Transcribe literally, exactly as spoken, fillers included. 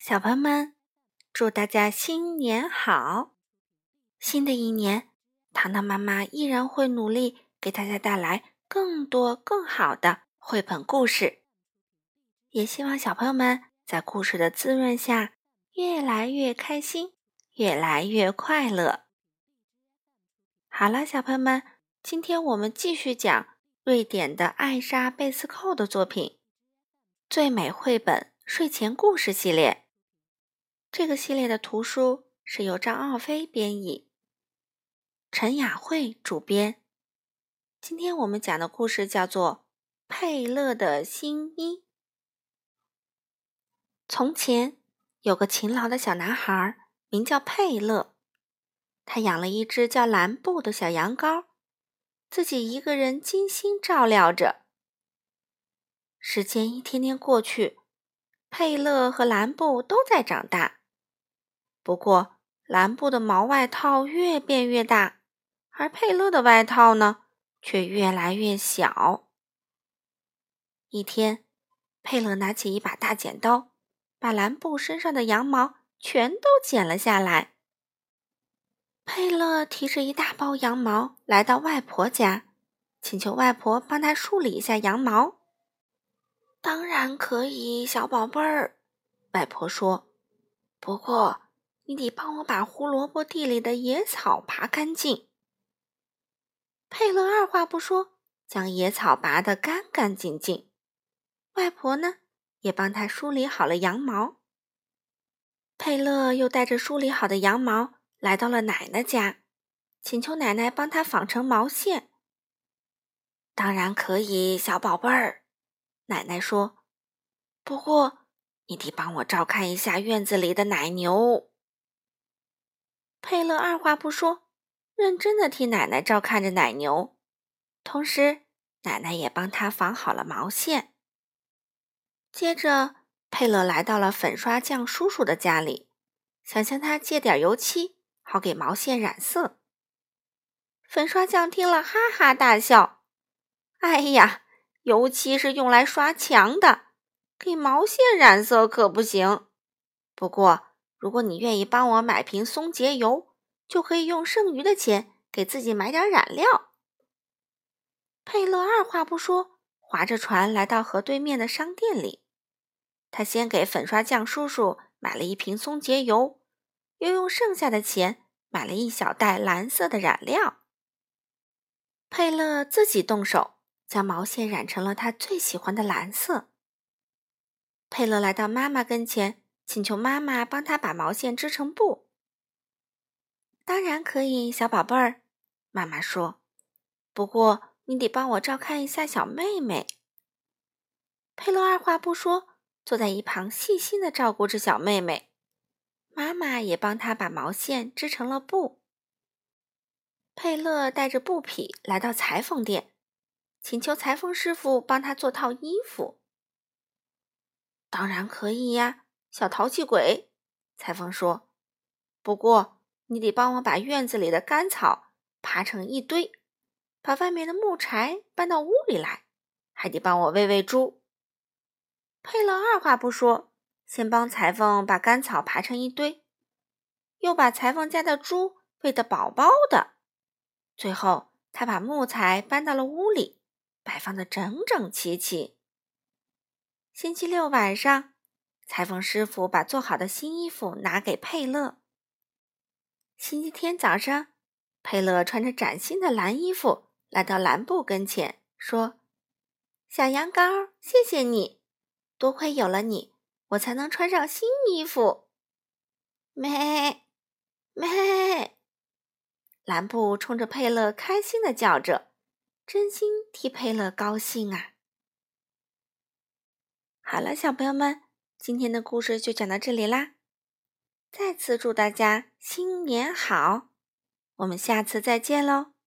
小朋友们，祝大家新年好！新的一年，糖糖妈妈依然会努力给大家带来更多更好的绘本故事，也希望小朋友们在故事的滋润下越来越开心，越来越快乐。好了，小朋友们，今天我们继续讲瑞典的艾莎·贝斯寇的作品《最美绘本睡前故事系列》。这个系列的图书是由张奥飞编译，陈雅慧主编。今天我们讲的故事叫做《佩勒的新衣》。从前有个勤劳的小男孩，名叫佩勒。他养了一只叫蓝布的小羊羔，自己一个人精心照料着。时间一天天过去，佩勒和蓝布都在长大。不过，蓝布的毛外套越变越大，而佩勒的外套呢，却越来越小。一天，佩勒拿起一把大剪刀，把蓝布身上的羊毛全都剪了下来。佩勒提着一大包羊毛来到外婆家，请求外婆帮他梳理一下羊毛。当然可以，小宝贝儿，外婆说。不过，你得帮我把胡萝卜地里的野草拔干净。佩勒二话不说，将野草拔得干干净净。外婆呢，也帮他梳理好了羊毛。佩勒又带着梳理好的羊毛来到了奶奶家，请求奶奶帮他纺成毛线。当然可以，小宝贝儿，奶奶说。不过，你得帮我照看一下院子里的奶牛。佩勒二话不说，认真地替奶奶照看着奶牛，同时奶奶也帮他纺好了毛线。接着，佩勒来到了粉刷匠叔叔的家里，想向他借点油漆，好给毛线染色。粉刷匠听了哈哈大笑：“哎呀，油漆是用来刷墙的，给毛线染色可不行。不过，如果你愿意帮我买瓶松节油，就可以用剩余的钱给自己买点染料。”佩勒二话不说，划着船来到河对面的商店里。他先给粉刷匠叔叔买了一瓶松节油，又用剩下的钱买了一小袋蓝色的染料。佩勒自己动手，将毛线染成了他最喜欢的蓝色。佩勒来到妈妈跟前，请求妈妈帮他把毛线织成布。当然可以，小宝贝儿，妈妈说。不过你得帮我照看一下小妹妹。佩勒二话不说，坐在一旁细心地照顾着小妹妹。妈妈也帮她把毛线织成了布。佩勒带着布匹来到裁缝店，请求裁缝师傅帮他做套衣服。当然可以呀，小淘气鬼，裁缝说。不过你得帮我把院子里的干草爬成一堆，把外面的木柴搬到屋里来，还得帮我喂喂猪。佩勒二话不说，先帮裁缝把干草爬成一堆，又把裁缝家的猪喂得饱饱的。最后，他把木材搬到了屋里，摆放得整整齐齐。星期六晚上，裁缝师傅把做好的新衣服拿给佩勒。星期天早上，佩勒穿着崭新的蓝衣服来到蓝布跟前，说：“小羊羔，谢谢你，多亏有了你，我才能穿上新衣服。”咩咩，蓝布冲着佩勒开心地叫着，真心替佩勒高兴啊！好了，小朋友们，今天的故事就讲到这里啦。再次祝大家新年好，我们下次再见喽。